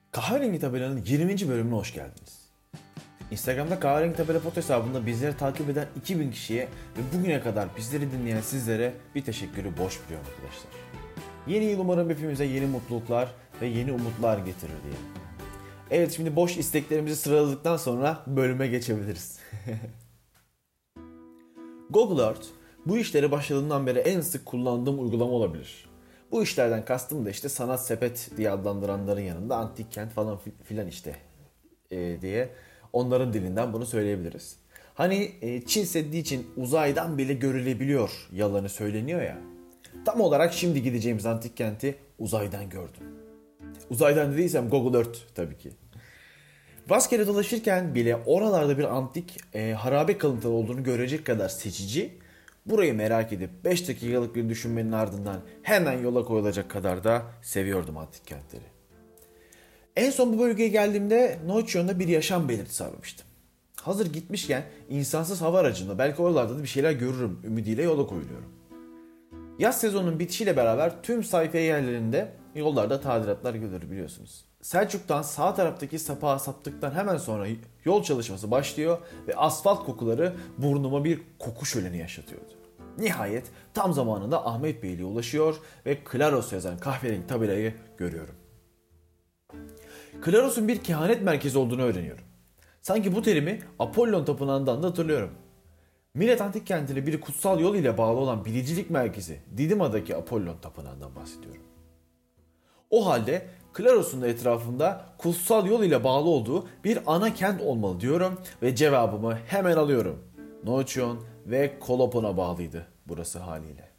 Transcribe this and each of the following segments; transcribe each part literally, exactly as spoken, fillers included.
Kahverengi Tabela'nın yirminci bölümüne hoş geldiniz. Instagram'da Kahverengi Tabela Pot hesabında bizleri takip eden iki bin kişiye ve bugüne kadar bizleri dinleyen sizlere bir teşekkürü borç biliyorum arkadaşlar. Yeni yıl umarım hepimize yeni mutluluklar ve yeni umutlar getirir diye. Evet, şimdi boş isteklerimizi sıraladıktan sonra bölüme geçebiliriz. Google Earth bu işlere başladığımdan beri en sık kullandığım uygulama olabilir. Bu işlerden kastım da işte sanat sepet diye adlandıranların yanında antik kent falan filan işte e, diye onların dilinden bunu söyleyebiliriz. Hani e, Çin Seddi için uzaydan bile görülebiliyor yalanı söyleniyor ya. Tam olarak şimdi gideceğimiz antik kenti uzaydan gördüm. Uzaydan dediysem Google Earth tabii ki. Rastgele dolaşırken bile oralarda bir antik e, harabe kalıntıları olduğunu görecek kadar seçici, burayı merak edip beş dakikalık bir düşünmenin ardından hemen yola koyulacak kadar da seviyordum antik kentleri. En son bu bölgeye geldiğimde Noçyon'da bir yaşam belirtisi aramıştım. Hazır gitmişken insansız hava aracında belki oralarda da bir şeyler görürüm ümidiyle yola koyuluyorum. Yaz sezonunun bitişiyle beraber tüm sayfiye yerlerinde yollarda tadilatlar görülür biliyorsunuz. Selçuk'tan sağ taraftaki sapağa saptıktan hemen sonra yol çalışması başlıyor ve asfalt kokuları burnuma bir koku şöleni yaşatıyordu. Nihayet tam zamanında Ahmet Beyliğe ulaşıyor ve Klaros yazan kahverengi tabelayı görüyorum. Klaros'un bir kehanet merkezi olduğunu öğreniyorum. Sanki bu terimi Apollon Tapınağı'ndan da hatırlıyorum. Millet antik kentine bir kutsal yol ile bağlı olan bilicilik merkezi Didima'daki Apollon Tapınağı'ndan bahsediyorum. O halde Klaros'un da etrafında kutsal yol ile bağlı olduğu bir ana kent olmalı diyorum ve cevabımı hemen alıyorum. Noçyon ve Kolopon'a bağlıydı burası haliyle.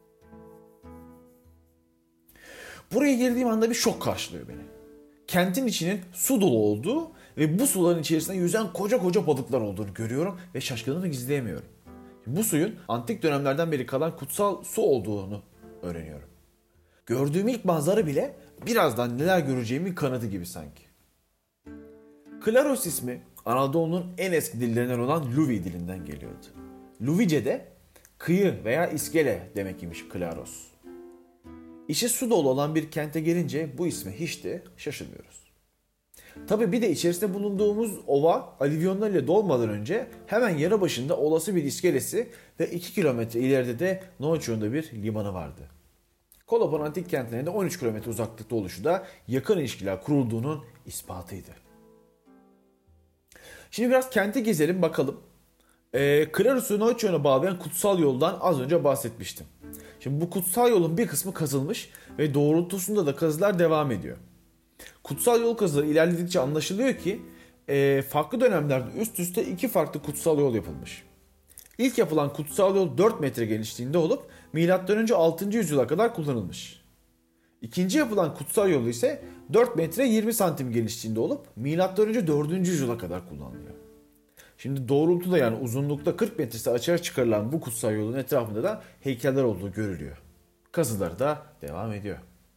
Buraya girdiğim anda bir şok karşılıyor beni. Kentin içinin su dolu olduğu ve bu suların içerisinde yüzen koca koca balıklar olduğunu görüyorum ve şaşkınlığımı gizleyemiyorum. Bu suyun antik dönemlerden beri kalan kutsal su olduğunu öğreniyorum. Gördüğüm ilk manzara bile birazdan neler göreceğimin kanıtı gibi sanki. Klaros ismi Anadolu'nun en eski dillerinden olan Luvi dilinden geliyordu. Luvice de kıyı veya iskele demek imiş Klaros. İçi su dolu olan bir kente gelince bu isme hiç de şaşırmıyoruz. Tabi bir de içerisinde bulunduğumuz ova alüvyonlarıyla dolmadan önce hemen yanı başında olası bir iskelesi ve iki kilometre ileride de Noçyon'da bir limanı vardı. Kolopon antik kentlerinde on üç kilometre uzaklıkta oluşu da yakın ilişkiler kurulduğunun ispatıydı. Şimdi biraz kenti gezelim bakalım. E, Klaros'u Noçyon'a bağlayan kutsal yoldan az önce bahsetmiştim. Şimdi bu kutsal yolun bir kısmı kazılmış ve doğrultusunda da kazılar devam ediyor. Kutsal yol kazıları ilerledikçe anlaşılıyor ki e, farklı dönemlerde üst üste iki farklı kutsal yol yapılmış. İlk yapılan kutsal yol dört metre genişliğinde olup milattan önce altıncı yüzyıla kadar kullanılmış. İkinci yapılan kutsal yol ise dört metre yirmi santim genişliğinde olup milattan önce dördüncü yüzyıla kadar kullanılıyor. Şimdi doğrultuda yani uzunlukta kırk metresi açığa çıkarılan bu kutsal yolun etrafında da heykeller olduğu görülüyor. Kazıları da devam ediyor.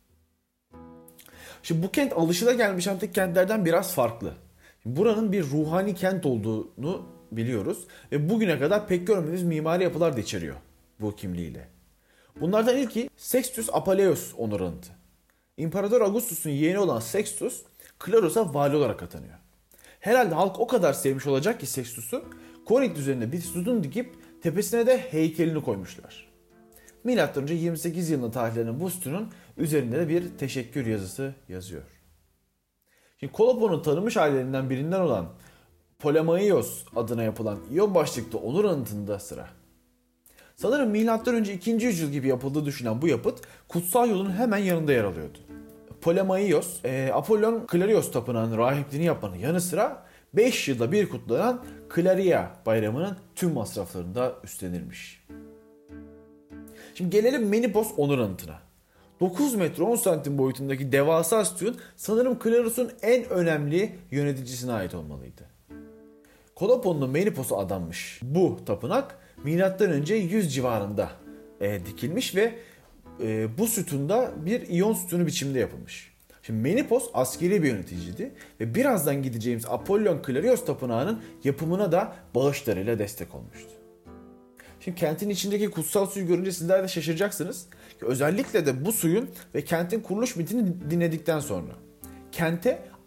Şimdi bu kent alışılagelmiş antik kentlerden biraz farklı. Şimdi buranın bir ruhani kent olduğunu biliyoruz ve bugüne kadar pek görmediğimiz mimari yapılar da içeriyor bu kimliğiyle. Bunlardan ilki Sextus Apaleus onur anıtı. İmparator Augustus'un yeğeni olan Sextus, Klaros'a vali olarak atanıyor. Herhalde halk o kadar sevmiş olacak ki Sextus'u, Korint üzerine bir sütun dikip tepesine de heykelini koymuşlar. Milattan önce yirmi sekiz yılında tarihlenen bu sütunun üzerinde de bir teşekkür yazısı yazıyor. Şimdi Kolopon'un tanınmış ailelerinden birinden olan Ptolemaios adına yapılan İyon başlıklı onur anıtında sıra. Sanırım milattan önce ikinci yüzyıl gibi yapıldığı düşünen bu yapıt kutsal yolun hemen yanında yer alıyordu. Ptolemaios, e, Apollon Klarios tapınağının rahipliğini yapmanın yanı sıra beş yılda bir kutlanan Klaria bayramının tüm masraflarını da üstlenirmiş. Şimdi gelelim Menipos onur anıtına. dokuz metre on santim boyutundaki devasa sütun sanırım Klaros'un en önemli yöneticisine ait olmalıydı. Koloponlu Menipos'a adanmış bu tapınak milattan önce yüz civarında e, dikilmiş ve e, bu sütunda bir iyon sütunu biçiminde yapılmış. Şimdi Menipos askeri bir yöneticiydi ve birazdan gideceğimiz Apollon Klarios tapınağının yapımına da bağışlarıyla destek olmuştu. Şimdi kentin içindeki kutsal suyu görünce sizler de şaşıracaksınız. Özellikle de bu suyun ve kentin kuruluş mitini dinledikten sonra. Kente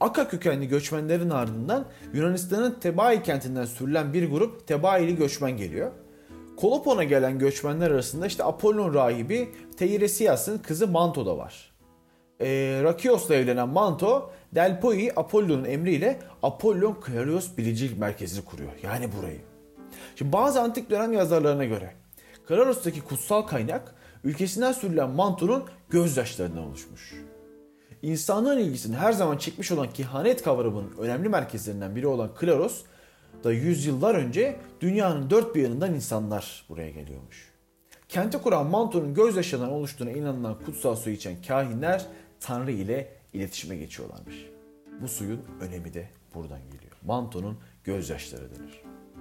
Aka kökenli göçmenlerin ardından Yunanistan'ın Tebai kentinden sürülen bir grup Tebaili göçmen geliyor. Kolopon'a gelen göçmenler arasında işte Apollon rahibi Teiresias'ın kızı Manto da var. E, Rakios'la evlenen Manto, Delpoi Apollon'un emriyle Apollon Klarios Bilicilik Merkezi'ni kuruyor. Yani burayı. Şimdi bazı antik dönem yazarlarına göre Klarios'taki kutsal kaynak ülkesinden sürülen Manto'nun gözyaşlarından oluşmuş. İnsanlığın ilgisini her zaman çekmiş olan kehanet kavramının önemli merkezlerinden biri olan Klaros da yüzyıllar önce dünyanın dört bir yanından insanlar buraya geliyormuş. Kenti kuran Manto'nun gözyaşlarından oluştuğuna inanılan kutsal suyu içen kahinler Tanrı ile iletişime geçiyorlarmış. Bu suyun önemi de buradan geliyor. Manto'nun gözyaşları denir.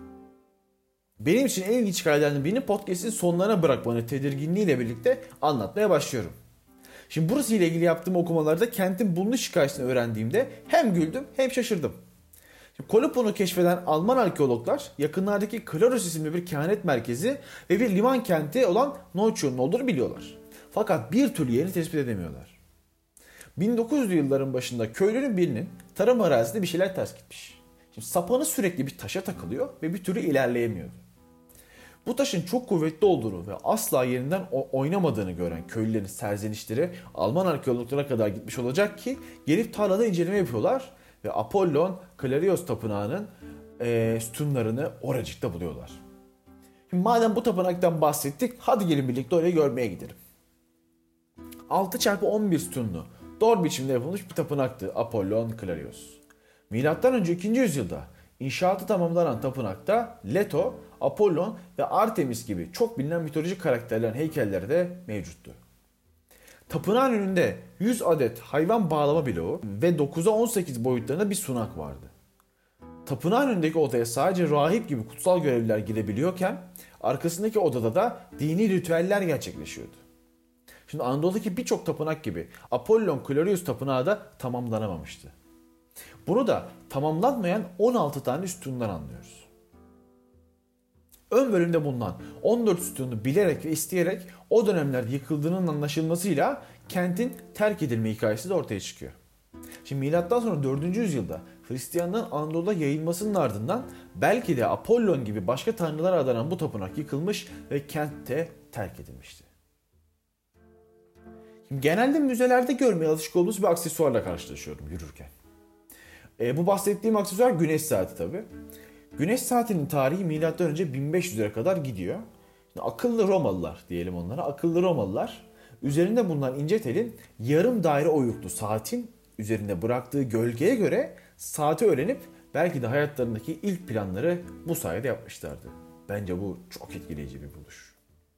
Benim için en ilginç hikayelerden birini podcast'in sonlarına bırakmanın tedirginliğiyle birlikte anlatmaya başlıyorum. Şimdi burası ile ilgili yaptığım okumalarda kentin bulunuş hikayesini öğrendiğimde hem güldüm hem şaşırdım. Şimdi Kolopon'u keşfeden Alman arkeologlar yakınlardaki Klaros isimli bir kehanet merkezi ve bir liman kenti olan Neukölln olduğunu biliyorlar. Fakat bir türlü yerini tespit edemiyorlar. bin dokuz yüzlü yılların başında köylünün birinin tarım arazisinde bir şeyler ters gitmiş. Şimdi sapanı sürekli bir taşa takılıyor ve bir türlü ilerleyemiyordu. Bu taşın çok kuvvetli olduğunu ve asla yerinden oynamadığını gören köylülerin serzenişleri Alman arkeologlara kadar gitmiş olacak ki gelip tarlada inceleme yapıyorlar ve Apollon Klarios tapınağının e, sütunlarını oracıkta buluyorlar. Şimdi madem bu tapınaktan bahsettik, hadi gelin birlikte orayı görmeye gidelim. altı çarpı on bir sütunlu doğru biçimde yapılmış bir tapınaktı Apollon Klarios. Milattan önce ikinci yüzyılda inşaatı tamamlanan tapınakta Leto, Apollon ve Artemis gibi çok bilinen mitolojik karakterlerin heykelleri de mevcuttu. Tapınağın önünde yüz adet hayvan bağlama bloğu ve dokuza on sekiz boyutlarında bir sunak vardı. Tapınağın önündeki odaya sadece rahip gibi kutsal görevliler girebiliyorken arkasındaki odada da dini ritüeller gerçekleşiyordu. Şimdi Anadolu'daki birçok tapınak gibi Apollon Klarios tapınağı da tamamlanamamıştı. Bunu da tamamlanmayan on altı tane sütundan anlıyoruz. Ön bölümde bulunan on dört sütunu bilerek ve isteyerek o dönemlerde yıkıldığının anlaşılmasıyla kentin terk edilme hikayesi de ortaya çıkıyor. Şimdi milattan sonra dördüncü yüzyılda Hristiyanlığın Anadolu'da yayılmasının ardından belki de Apollon gibi başka tanrılara adanan bu tapınak yıkılmış ve kentte terk edilmişti. Şimdi genelde müzelerde görmeye alışık olduğumuz bir aksesuarla karşılaşıyorum yürürken. E, bu bahsettiğim aksesuar güneş saati tabii. Güneş saatinin tarihi milattan önce bin beş yüzlere kadar gidiyor. Şimdi akıllı Romalılar diyelim onlara. Akıllı Romalılar üzerinde bulunan ince telin yarım daire oyuklu saatin üzerinde bıraktığı gölgeye göre saati öğrenip belki de hayatlarındaki ilk planları bu sayede yapmışlardı. Bence bu çok etkileyici bir buluş.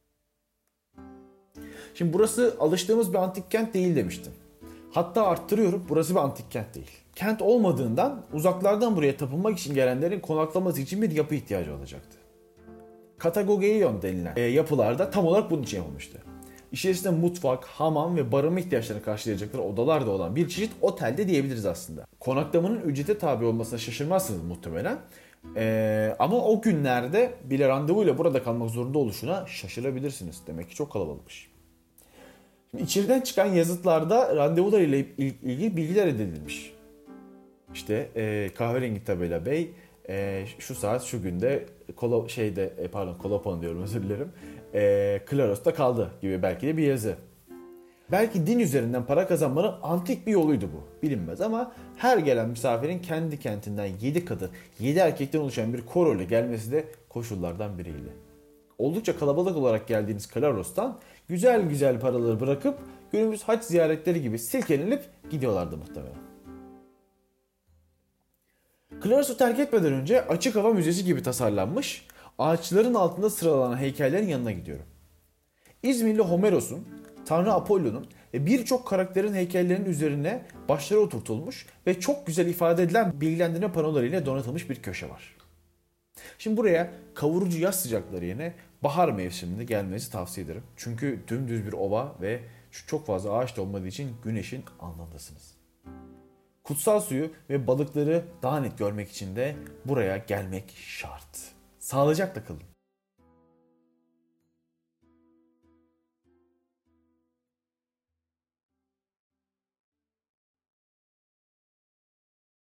Şimdi burası alıştığımız bir antik kent değil demiştim. Hatta arttırıyorum, burası bir antik kent değil. Kent olmadığından uzaklardan buraya tapınmak için gelenlerin konaklaması için bir yapı ihtiyacı olacaktı. Katagogeion denilen e, yapılarda tam olarak bunun için yapılmıştı. İçerisinde mutfak, hamam ve barınma ihtiyaçlarını karşılayacakları odalar da olan bir çeşit otelde diyebiliriz aslında. Konaklamanın ücrete tabi olmasına şaşırmazsınız muhtemelen. Ee, ama o günlerde bile randevuyla burada kalmak zorunda oluşuna şaşırabilirsiniz. Demek ki çok kalabalıkmış. Şimdi içeriden çıkan yazıtlarda randevular ile ilgili bilgiler edinilmiş. İşte e, kahverengi tabela bey e, şu saat şu günde kolo, şeyde e, pardon Kolopon diyorum özür dilerim. E, Klaros'ta kaldı gibi belki de bir yazı. Belki din üzerinden para kazanmanın antik bir yoluydu bu. Bilinmez ama her gelen misafirin kendi kentinden yedi kadın, yedi erkekten oluşan bir koro ile gelmesi de koşullardan biriydi. Oldukça kalabalık olarak geldiğiniz Klaros'tan güzel güzel paraları bırakıp günümüz hac ziyaretleri gibi silkelenip gidiyorlardı muhtemelen. Klaros'u terk etmeden önce açık hava müzesi gibi tasarlanmış, ağaçların altında sıralanan heykellerin yanına gidiyorum. İzmirli Homeros'un, Tanrı Apollon'un ve birçok karakterin heykellerinin üzerine başları oturtulmuş ve çok güzel ifade edilen bilgilendirme panolarıyla donatılmış bir köşe var. Şimdi buraya kavurucu yaz sıcakları yerine bahar mevsiminde gelmenizi tavsiye ederim. Çünkü dümdüz bir ova ve çok fazla ağaç da olmadığı için güneşin alnındasınız. Kutsal suyu ve balıkları daha net görmek için de buraya gelmek şart. Sağlıcakla kalın.